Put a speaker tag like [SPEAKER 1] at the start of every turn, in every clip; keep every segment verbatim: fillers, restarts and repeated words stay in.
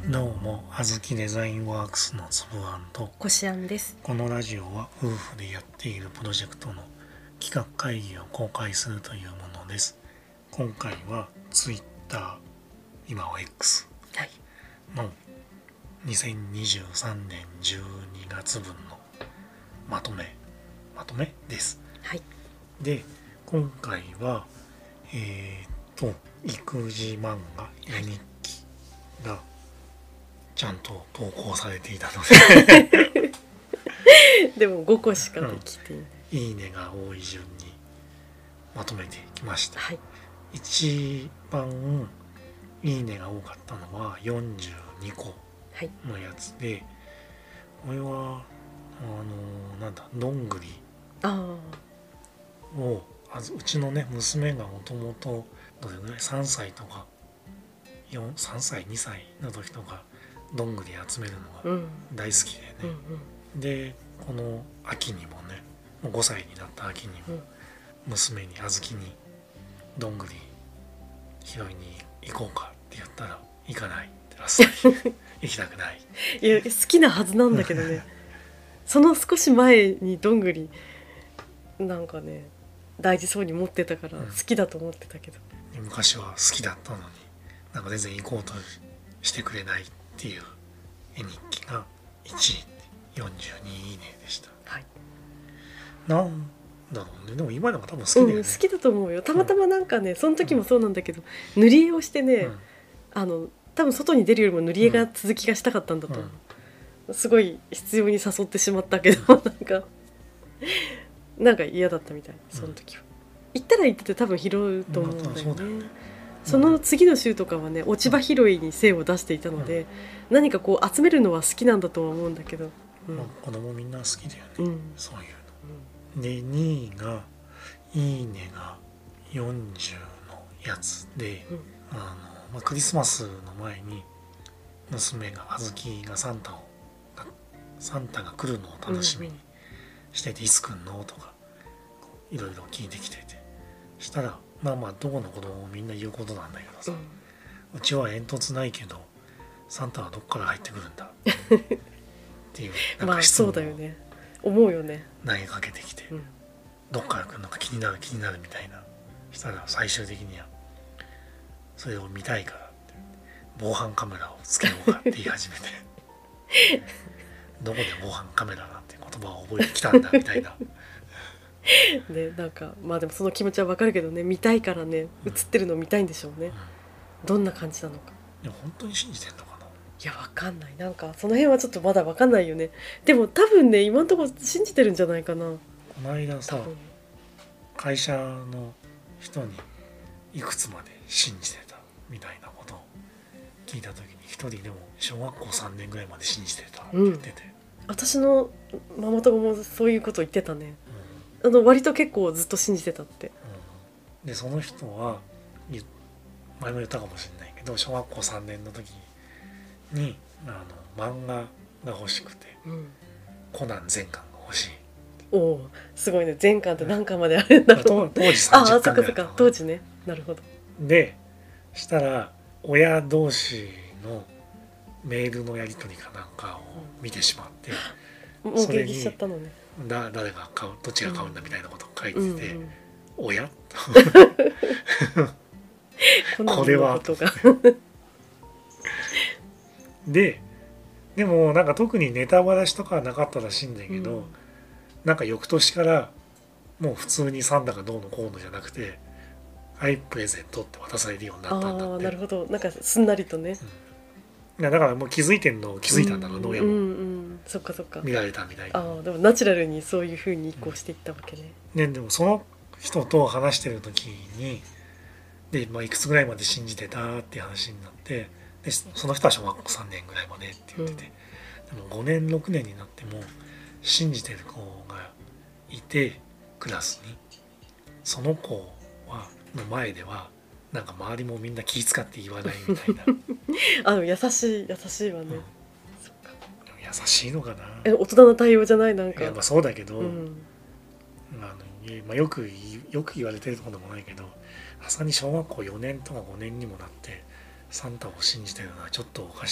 [SPEAKER 1] どうも、あずきデザインワークスのつぶあんと、
[SPEAKER 2] こしあんです。
[SPEAKER 1] このラジオは夫婦でやっているプロジェクトの企画会議を公開するというものです。今回は Twitter、今は X
[SPEAKER 2] はい。
[SPEAKER 1] のにせんにじゅうさんねんじゅうにがつぶんのまとめ、まとめです。
[SPEAKER 2] はい。
[SPEAKER 1] で、今回は、えーっと、育児漫画、絵日記がちゃんと投稿されていたので
[SPEAKER 2] でもごこしかできていない。
[SPEAKER 1] うん、いいねが多い順にまとめてきました。
[SPEAKER 2] はい。
[SPEAKER 1] 一番いいねが多かったのはよんじゅうにこのやつで、はい、これはあのなんだどんぐりをあうちのね娘がもともとどれぐらいさんさいとかさんさいにさいの時とかどんぐり集めるのが大好きでね、うんうんうん、でこの秋にもねもうごさいになった秋にも娘にあずきにどんぐり拾いに行こうかって言ったら行かないってあっさり行きたくない
[SPEAKER 2] いや好きなはずなんだけどねその少し前にどんぐりなんかね大事そうに持ってたから好きだと思ってたけど、
[SPEAKER 1] うん、昔は好きだったのになんか全然行こうとしてくれないっていう絵日記がいちいよんじゅうにいいねでした。
[SPEAKER 2] はい。
[SPEAKER 1] なんだろうね。でも今でも多分好きだよね、うん、
[SPEAKER 2] 好きだと思うよ。たまたまなんかね、うん、その時もそうなんだけど塗り絵をしてね、うん、あの多分外に出るよりも塗り絵が続きがしたかったんだと思う、うん、すごい必要に誘ってしまったけどなんかなんか嫌だったみたいその時は、うん、行ったら行ってて多分拾うと思うんだよね、うん、そうだよね。その次の週とかはね落ち葉拾いに精を出していたので、うん、何かこう集めるのは好きなんだとは思うんだけど、
[SPEAKER 1] うんまあ、子供みんな好きだよね、うん、そういうの、うん、でにいがいいねがよんじゅうのやつで、うんあのまあ、クリスマスの前に娘があずきがサンタをサンタが来るのを楽しみにしてて、うん、いつ来んのとかいろいろ聞いてきててしたらまあまあどこの子供もみんな言うことなんだけどさ、うん、うちは煙突ないけどサンタはどっから入ってくるんだっていうなんか質問を投げかけてきて、うん、どっから来るのか気になる気になるみたいなしたら最終的にはそれを見たいからって防犯カメラをつけようかって言い始めてどこで防犯カメラなんて言葉を覚えてきたんだみたいな
[SPEAKER 2] ね、なんかまあでもその気持ちはわかるけどね見たいからね映ってるの見たいんでしょうね、うん、どんな感じなのか。
[SPEAKER 1] でも本当に信じてんのかな。
[SPEAKER 2] いやわかんない、なんかその辺はちょっとまだわかんないよね。でも多分ね今のところ信じてるんじゃないかな。こ
[SPEAKER 1] の間さ会社の人にいくつまで信じてたみたいなことを聞いた時に一人でも小学校さんねんぐらいまで信じてたって言ってて、
[SPEAKER 2] うん、私のママ友もそういうこと言ってたね、うん、あの割と結構ずっと信じてたって、
[SPEAKER 1] うん、でその人は前も言ったかもしれないけど小学校さんねんの時にあの漫画が欲しくて、うん、コナン全巻が欲しい。
[SPEAKER 2] おおすごいね。全巻って何巻まであるんだろう。
[SPEAKER 1] 当時さんじゅっかんぐらいだったの。
[SPEAKER 2] ああそっかそっか当時ね。なるほど。
[SPEAKER 1] でしたら親同士のメールのやり取りかなんかを見てしまって、
[SPEAKER 2] うん、もう激しちゃったのね。
[SPEAKER 1] だ誰が買うどっちが買うんだみたいなことを書いてて、うんうん、親これはとででもなんか特にネタバラシとかはなかったらしいんだけど、うん、なんか翌年からもう普通にサンタがどうのこうのじゃなくてはいプレゼントって渡されるようになったんだって。
[SPEAKER 2] あなるほど。なんかすんなりとね、
[SPEAKER 1] うん、だからもう気づいてんの気づいたんだろうね、親も、うんうん、
[SPEAKER 2] そっかそっか
[SPEAKER 1] 見られたみたいな。
[SPEAKER 2] あでもナチュラルにそういう風に移行していったわけね、
[SPEAKER 1] うん、ねでもその人と話してる時にで、まあ、いくつぐらいまで信じてたっていう話になってでその人は小学校さんねんぐらいまでって言ってて、うん、でもごねんろくねんになっても信じてる子がいてクラスにその子はの前ではなんか周りもみんな気遣って言わないみたいな
[SPEAKER 2] あでも優しい優しいわね、うん、
[SPEAKER 1] そっか優しいのかな。
[SPEAKER 2] え大人の対応じゃないなんか。
[SPEAKER 1] いやまあそうだけど、うん、あのまあ、よくよく言われてることもないけど朝に小学校よねんとかごねんにもなってサンタを信じてるのはちょっとおかしいぞっ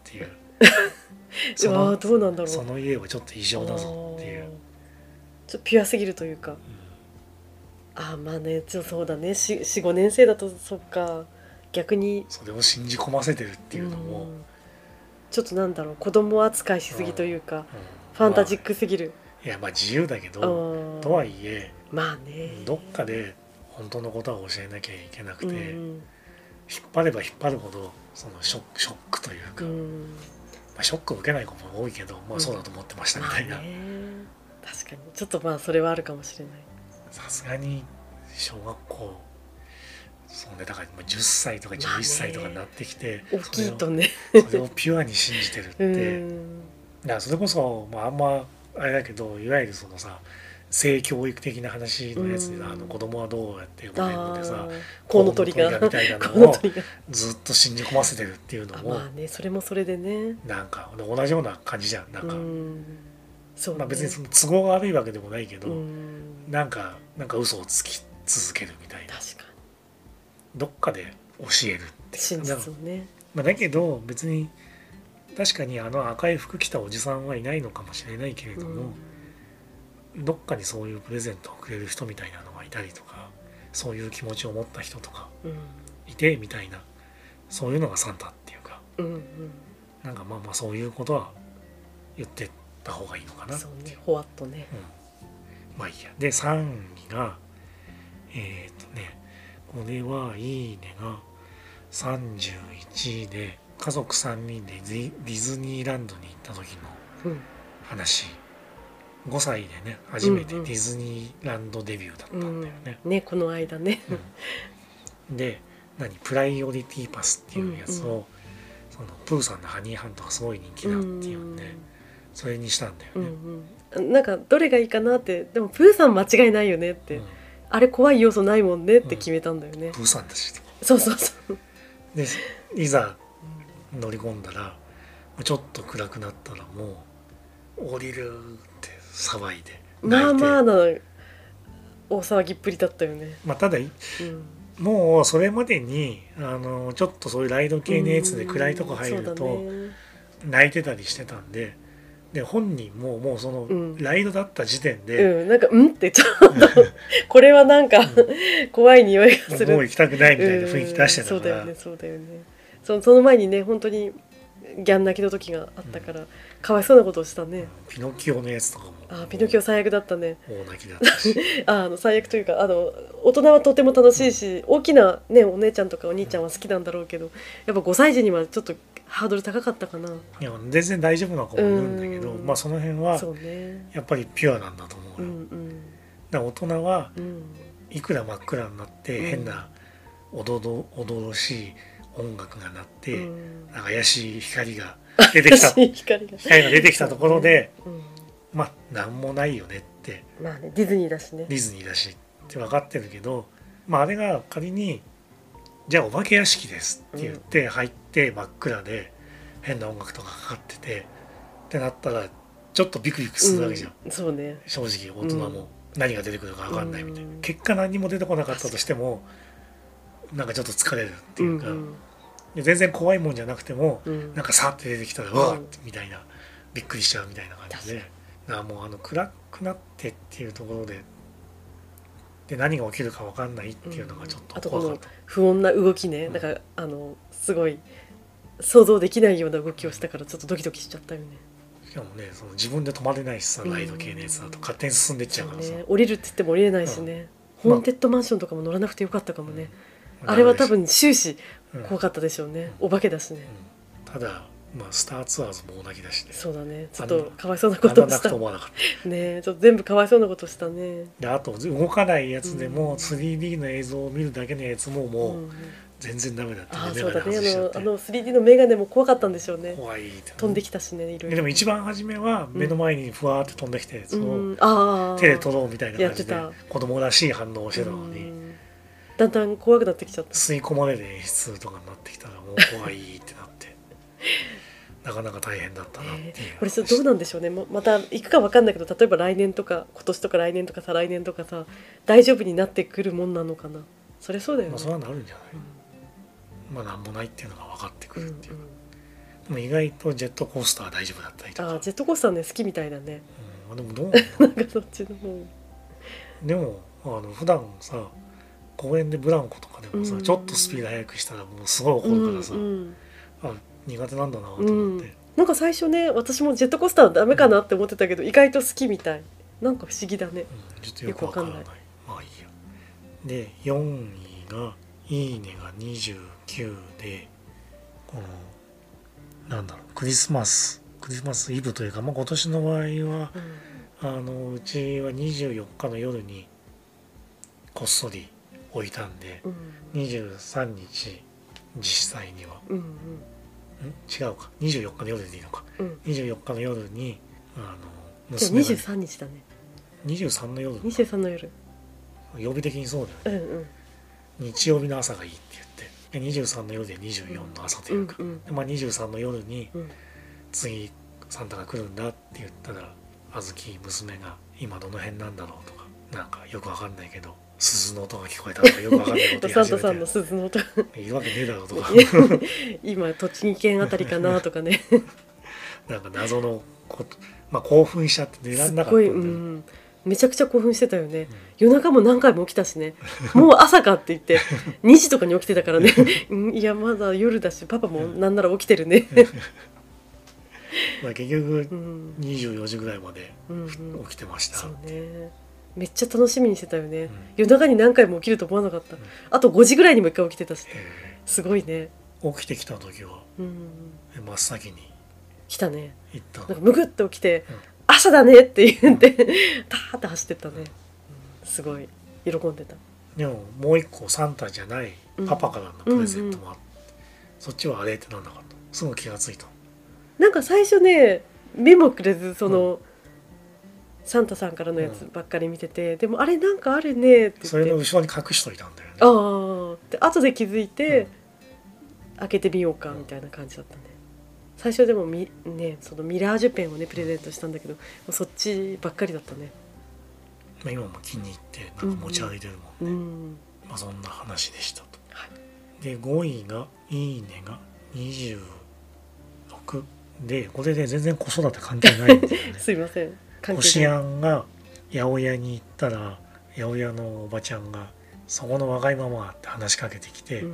[SPEAKER 1] っていう
[SPEAKER 2] うわーどうなんだろう、
[SPEAKER 1] その家はちょっと異常だぞっていう、
[SPEAKER 2] ちょっとピュアすぎるというか、うん、あまあねちょそうだね よん,ご 年生だとそっか逆に
[SPEAKER 1] それを信じ込ませてるっていうのも、うん、
[SPEAKER 2] ちょっとなんだろう子供扱いしすぎというか、うんうん、ファンタジックすぎる、
[SPEAKER 1] まあ、いやまあ自由だけどとはいえ
[SPEAKER 2] まあね
[SPEAKER 1] どっかで本当のことは教えなきゃいけなくて、うん、引っ張れば引っ張るほどそのショック、ショックというか、うんまあ、ショックを受けない子も多いけど、まあ、そうだと思ってましたみたいな、うんまあね、
[SPEAKER 2] 確かにちょっとまあそれはあるかもしれない。
[SPEAKER 1] さすがに小学校そうねだからじゅっさいとかじゅういっさいとかになってきて、
[SPEAKER 2] まあね、大きいとね
[SPEAKER 1] それをピュアに信じてるってだからそれこそ、まあ、あんまあれだけどいわゆるそのさ性教育的な話のやつで、あの子供はどうやって生まれるのでさ
[SPEAKER 2] コウノトリが
[SPEAKER 1] みたいなのをずっと信じ込ませてるっていうのも
[SPEAKER 2] まあねそれもそれでね
[SPEAKER 1] なんか同じような感じじゃんなんか
[SPEAKER 2] そう、ね
[SPEAKER 1] まあ、別にその都合が悪いわけでもないけどなんかなんか嘘をつき続けるみたいな
[SPEAKER 2] 確かに
[SPEAKER 1] どっかで教えるって
[SPEAKER 2] 真実をね、
[SPEAKER 1] まあ、だけど別に確かにあの赤い服着たおじさんはいないのかもしれないけれども、うん、どっかにそういうプレゼントをくれる人みたいなのがいたりとかそういう気持ちを持った人とかいてみたいなそういうのがサンタっていうか、うんうん、なんかまあまあそういうことは言ってた方がいいのかなっていう
[SPEAKER 2] そうねほわっとね、
[SPEAKER 1] うん、まあいいやでさんいがえっ、ー、とねこれはいいねがさんじゅういちいで家族さんにんでディズニーランドに行った時の話、うん、ごさいでね初めてディズニーランドデビューだったんだよね、うん
[SPEAKER 2] うん、ねこの間ね、
[SPEAKER 1] うん、で何プライオリティパスっていうやつを、うんうん、そのプーさんのハニーハントがすごい人気だっていうんで、うんうん、それにしたんだよね、
[SPEAKER 2] うんうん、なんかどれがいいかなってでもプーさん間違いないよねって、うん、あれ怖い要素ないもんねって決めたんだよね、うん、
[SPEAKER 1] プーさんだし
[SPEAKER 2] そうそうそう
[SPEAKER 1] でいざ乗り込んだらちょっと暗くなったらもう降りるって騒いで
[SPEAKER 2] まあまあな大騒ぎっぷりだったよね、
[SPEAKER 1] まあ、ただ、うん、もうそれまでにあのちょっとそういうライド系のやつで暗いとこ入ると泣いてたりしてたんでで本人ももうそのライドだった時点で、
[SPEAKER 2] うんうん、なんかうんってちょっとこれはなんか、うん、怖い匂いがする
[SPEAKER 1] もう行きたくないみたいな雰囲気出してたから、
[SPEAKER 2] そうだよねそうだよねそ, その前にね本当にギャン泣きの時があったから、うん、かわいそうなことをしたね、
[SPEAKER 1] ピノキオのやつとかも
[SPEAKER 2] あピノキオ最悪だったね
[SPEAKER 1] 大泣きだったし
[SPEAKER 2] あの最悪というかあの大人はとても楽しいし、うん、大きな、ね、お姉ちゃんとかお兄ちゃんは好きなんだろうけどやっぱごさい児にはちょっとハードル高かったかな。い
[SPEAKER 1] や全然大丈夫な子もいるんだけど、まあその辺はやっぱりピュアなんだと思うよ、うんうん、だから大人はいくら真っ暗になって変なおどどおどろしい音楽が鳴って、うん、なんか怪しい光が出てきた光が出てきたところで、うん、まあなんもないよねって
[SPEAKER 2] まあねディズニーだしね
[SPEAKER 1] ディズニーだしって分かってるけど、まああれが仮にじゃあお化け屋敷ですって言って入って真っ暗で変な音楽とかかかっててってなったらちょっとビクビクするわけじゃん、
[SPEAKER 2] うん、そうね
[SPEAKER 1] 正直大人も何が出てくるか分かんないみたいな、うん、結果何も出てこなかったとしてもなんかちょっと疲れるっていうか、うんうん、全然怖いもんじゃなくても、うん、なんかさって出てきたらうわっみたいなびっくりしちゃうみたいな感じで、だからもうあの暗くなってっていうところでで何が起きるか分かんないっていうのがちょっと怖かった、うん、あとこの
[SPEAKER 2] 不穏な動きね、うん、だからあのすごい想像できないような動きをしたからちょっとドキドキしちゃったよね。
[SPEAKER 1] しかもねその自分で止まれないしさ、ライド系のやつだと勝手に進んでっちゃうからさ、
[SPEAKER 2] ね、降りるって言っても降りれないしね、うん、ホーンテッドマンションとかも乗らなくてよかったかもね、まあ、あれは多分終始怖かったでしょうね、うん、お化けだしね、
[SPEAKER 1] うん、ただまあスターツアーズも大泣きだしね。
[SPEAKER 2] そうだねちょっとかわいそうなことをしたねちょっと全部かわいそうなことしたね。
[SPEAKER 1] であと動かないやつでも スリーディー の映像を見るだけのやつももう全然ダメだった、ね、
[SPEAKER 2] うん、あそうだねあの、あの スリーディー のメガネも怖かったんでしょうね。
[SPEAKER 1] 怖いって
[SPEAKER 2] 飛んできたしねいろいろ。
[SPEAKER 1] でも一番初めは目の前にふわーって飛んできたやつを手で取ろうみたいな感じで子供らしい反応をしてたのに、
[SPEAKER 2] だんだん怖くなってきちゃった。
[SPEAKER 1] 吸い込まれる演出とかになってきたらもう怖いってなってなかなか大変だったなっていう、えー、
[SPEAKER 2] これどうなんでしょうね。また行くか分かんないけど例えば来年とか今年とか来年とか再来年とかさ大丈夫になってくるもんなのかな。それそうだよね。
[SPEAKER 1] まあそれはなるんじゃない、うん、まあなんもないっていうのが分かってくるっていう、うんうん、 でも意外とジェットコースターは大丈夫だったりとか。
[SPEAKER 2] あジェットコースターね好きみたいだね、
[SPEAKER 1] うん、でもどうなの
[SPEAKER 2] なんかそっちの方
[SPEAKER 1] でもあの普段さ公園でブランコとかでもさ、うん、ちょっとスピード速くしたらもうすごい怒るからさ、うんうん、あ苦手なんだなと思って、うん、
[SPEAKER 2] なんか最初ね私もジェットコースターダメかなって思ってたけど、うん、意外と好きみたい。なんか不思議だね、
[SPEAKER 1] うん、ちょっとよくわからない。まあいいや。でよんいがいいねがにじゅうきゅうでこのなんだろうクリスマスクリスマスイブというか、まあ、今年の場合は、うん、あのうちはにじゅうよっかの夜にこっそり置いたんで、うん、にじゅうさんにち実際には、うんうん、ん違うかにじゅうよっかの夜でいいのか、うん、にじゅうよっかの夜にあの
[SPEAKER 2] 娘がにじゅうさんにちだね。
[SPEAKER 1] にじゅうさんの夜
[SPEAKER 2] にじゅうさんの夜
[SPEAKER 1] 曜日的にそうだよね、うんうん、日曜日の朝がいいって言ってにじゅうさんの夜でにじゅうよんの朝というか、うんうんうん、まあ、にじゅうさんの夜に、うん、次サンタが来るんだって言ったらあずき娘が今どの辺なんだろうとかなんかよくわかんないけど鈴の音が聞こえたとかよくわかんないこと言い始めて
[SPEAKER 2] サンタさんの鈴の音
[SPEAKER 1] いるわけねえだろうとか
[SPEAKER 2] 今栃木県あたりかなとかね
[SPEAKER 1] なんか謎のこと、まあ、興奮しちゃって寝らんなかったんで、うん、
[SPEAKER 2] めちゃくちゃ興奮してたよね、うん、夜中も何回も起きたしねもう朝かって言ってにじとかに起きてたからねいやまだ夜だしパパもなんなら起きてるね
[SPEAKER 1] まあ結局にじゅうよじぐらいまで起きてました、
[SPEAKER 2] うんうん、そうねめっちゃ楽しみにしてたよね、うん、夜中に何回も起きると思わなかった、うん、あとごじぐらいにも一回起きてたし、すごいね。
[SPEAKER 1] 起きてきた時は、うん、真っ先に
[SPEAKER 2] 来たね。
[SPEAKER 1] 行った
[SPEAKER 2] なんかむぐって起きて、うん、朝だねって言ってターって走ってったね、うん、すごい喜んでた。
[SPEAKER 1] でももう一個サンタじゃないパパからのプレゼントもあって、うんうんうん、そっちはあれってなんなかった。すぐ気がついた。なん
[SPEAKER 2] か最初ね目もくれずその、うん、サンタさんからのやつばっかり見てて、うん、でもあれなんかあるねって言って、
[SPEAKER 1] それの後ろに隠しといたんだよね。
[SPEAKER 2] ああで後で気づいて、うん、開けてみようかみたいな感じだったね。最初でもみ、ね、そのミラージュペンをねプレゼントしたんだけど、うん、そっちばっかりだったね。
[SPEAKER 1] まあ、今も気に入ってなんか持ち歩いてるもんね、うん、まあ、そんな話でしたと、はい、でごいがいいねがにじゅうろくで、これで全然子育て関係ないんですよね
[SPEAKER 2] すいません、関係ない。
[SPEAKER 1] こしあんが八百屋に行ったら八百屋のおばちゃんがそこの若いママって話しかけてきて、うん、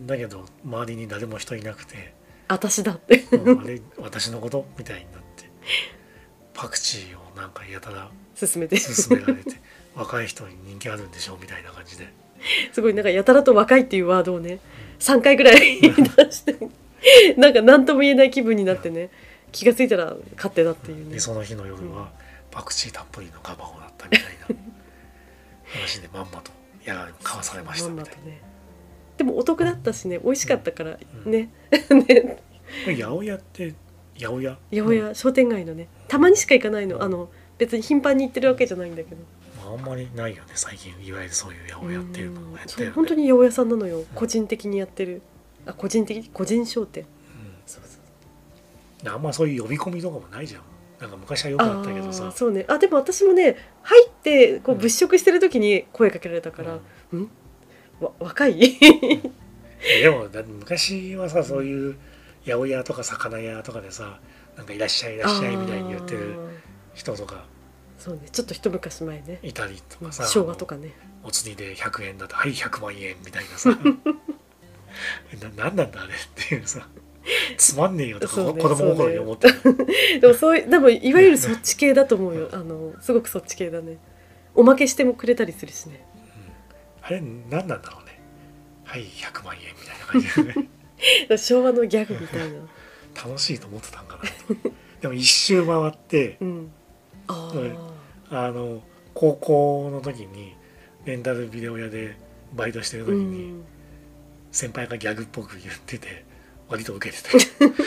[SPEAKER 1] だけど周りに誰も人いなくて
[SPEAKER 2] 私だって
[SPEAKER 1] あれ私のことみたいになってパクチーをなんかやたら
[SPEAKER 2] 勧めて
[SPEAKER 1] 勧められて若い人に人気あるんでしょみたいな感じです
[SPEAKER 2] ごいなんかやたらと若いっていうワードをね、うん、さんかいぐらい出してなんか何とも言えない気分になってね、うん、気がついたら勝手だっていうね、
[SPEAKER 1] でその日の夜はパクチーたっぷりのガバオだったみたいな話でまんまとやられ買わされましたみたいな、ね、
[SPEAKER 2] でもお得だったしね、美味しかったからね、うん、ね
[SPEAKER 1] 八百屋って八百屋
[SPEAKER 2] 八百屋、うん、商店街のねたまにしか行かないの、あの別に頻繁に行ってるわけじゃないんだけど、
[SPEAKER 1] まあ、あんまりないよね最近、いわゆるそういう八百屋っていうのをやってるよね。
[SPEAKER 2] 本当に八百屋さんなのよ、うん、個人的にやってる、あ個人的個人商店、うん、そうそう、
[SPEAKER 1] あんまそういう呼び込みとかもないじゃん。なんか昔はよくあったけどさ。
[SPEAKER 2] そうね、あでも私もね入ってこう物色してる時に声かけられたから、うん、んわ若い
[SPEAKER 1] でもだ昔はさ、そういう八百屋とか魚屋とかでさ、なんかいらっしゃいいらっしゃいみたいに言ってる人とか、
[SPEAKER 2] そうね、ちょっと一昔前ね
[SPEAKER 1] いたりとかさ、
[SPEAKER 2] 昭和とかね、
[SPEAKER 1] お釣りでひゃくえんだとはいひゃくまんえんみたいなさな、なんなんだあれっていうさ、つまんねえよとか、ね、子供心に思ってる、
[SPEAKER 2] ね、でもそういうでもいわゆるそっち系だと思うよあのすごくそっち系だね。おまけしてもくれたりするしね、
[SPEAKER 1] うん、あれ何なんだろうね、はいひゃくまんえんみたいな感じでね
[SPEAKER 2] 昭和のギャグみたいな
[SPEAKER 1] 楽しいと思ってたんかなとでも一周回って、うん、ああの高校の時にレンタルビデオ屋でバイトしてる時に、うん、先輩がギャグっぽく言ってて割と受けてた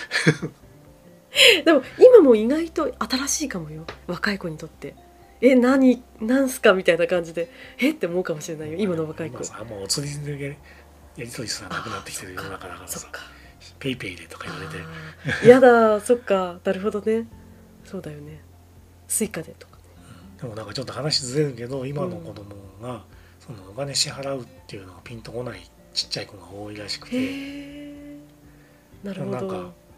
[SPEAKER 2] でも今も意外と新しいかもよ、若い子にとって。え何なんすかみたいな感じでえって思うかもしれないよ今の若い子。
[SPEAKER 1] 今さあんまお釣りでやり取りすらなくなってきてる世の中だからさ、ペイペイでとか言われて
[SPEAKER 2] やだそっか、なるほどね、そうだよね、スイカでとかね、
[SPEAKER 1] うん、でもなんかちょっと話ずれるけど今の子供が、うん、そのお金支払うっていうのがピンとこないちっちゃい子が多いらしくて、
[SPEAKER 2] へーなるほど、
[SPEAKER 1] なんか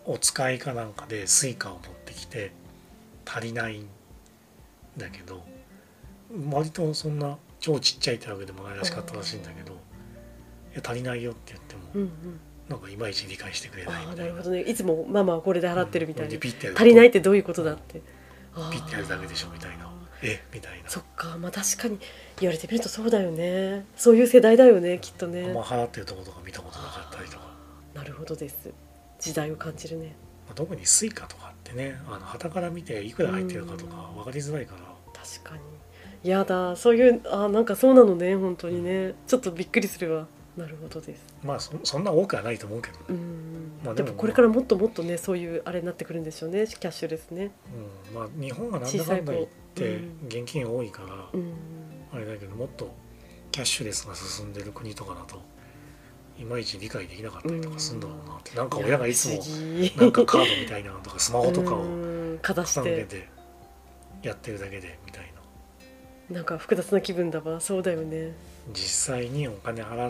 [SPEAKER 1] お使いかなんかでスイカを持ってきて足りないんだけど、割とそんな超ちっちゃいってわけでもないらしかったらしいんだけど、いや足りないよって言っても、
[SPEAKER 2] うんうん、
[SPEAKER 1] なんかいまいち理解してくれないみたいな。
[SPEAKER 2] あ、なるほどね。いつもママはこれで払ってるみたいな、うん、
[SPEAKER 1] 足
[SPEAKER 2] りないってどういうことだって、
[SPEAKER 1] ピッてやるだけでしょみたいな、えみたいな。
[SPEAKER 2] そっか、まあ確かに言われてみるとそうだよね。そういう世代だよね、きっとね。
[SPEAKER 1] あんま払ってるところとか見たことなかったりとか。
[SPEAKER 2] なるほどです。時代を感じるね。
[SPEAKER 1] 特にスイカとかってね、あの旗から見ていくら入ってるかとか分かりづらいから。
[SPEAKER 2] 確かに。やだ、そういう、あ、なんかそうなのね、本当にね。ちょっとびっくりするわ。なるほどです。
[SPEAKER 1] まあ そ, そんな多くはないと思うけどね。うん、
[SPEAKER 2] まあ、でもこれからもっともっとね、そういうあれになってくるんでしょうね、キャッシュレスね。
[SPEAKER 1] うん、まあ日本はなんだかんだ言って現金多いから、うん、あれだけど、もっとキャッシュレスが進んでる国とかだといまいち理解できなかったりとかするんだろうなって、うん、なんか親がいつもなんかカードみたいなのとかスマホとかを
[SPEAKER 2] かざして
[SPEAKER 1] てやってるだけでみたいな、
[SPEAKER 2] なんか複雑な気分だわ。そうだよね。
[SPEAKER 1] 実際にお金払って、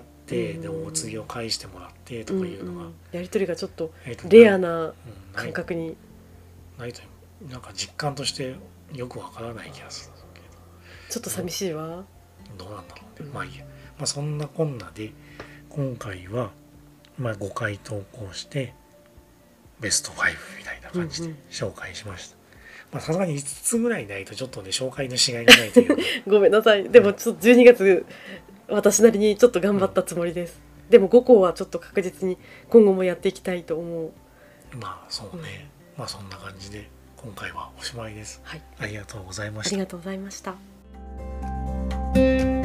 [SPEAKER 1] でお釣りを返してもらってとかいうのが、うんうん、
[SPEAKER 2] やり取りがちょっとレアな感覚に、うん、
[SPEAKER 1] ない、ないとなんか実感としてよくわからない気がするけど、
[SPEAKER 2] ちょっと寂しいわ。
[SPEAKER 1] どうなんだろうね、うん、まあいいや、まあ、そんなこんなで今回は、まあ、ごかい投稿してベストごみたいな感じで紹介しました。さすがにいつつぐらいないとちょっとね紹介のしがいがないという
[SPEAKER 2] ごめんなさい。でもちょっとじゅうにがつ私なりにちょっと頑張ったつもりです、うん、でもごこはちょっと確実に今後もやっていきたいと思う。
[SPEAKER 1] まあそうね、うん、まあそんな感じで今回はおしまいです、
[SPEAKER 2] はい、
[SPEAKER 1] ありがとうございました。
[SPEAKER 2] ありがとうございました。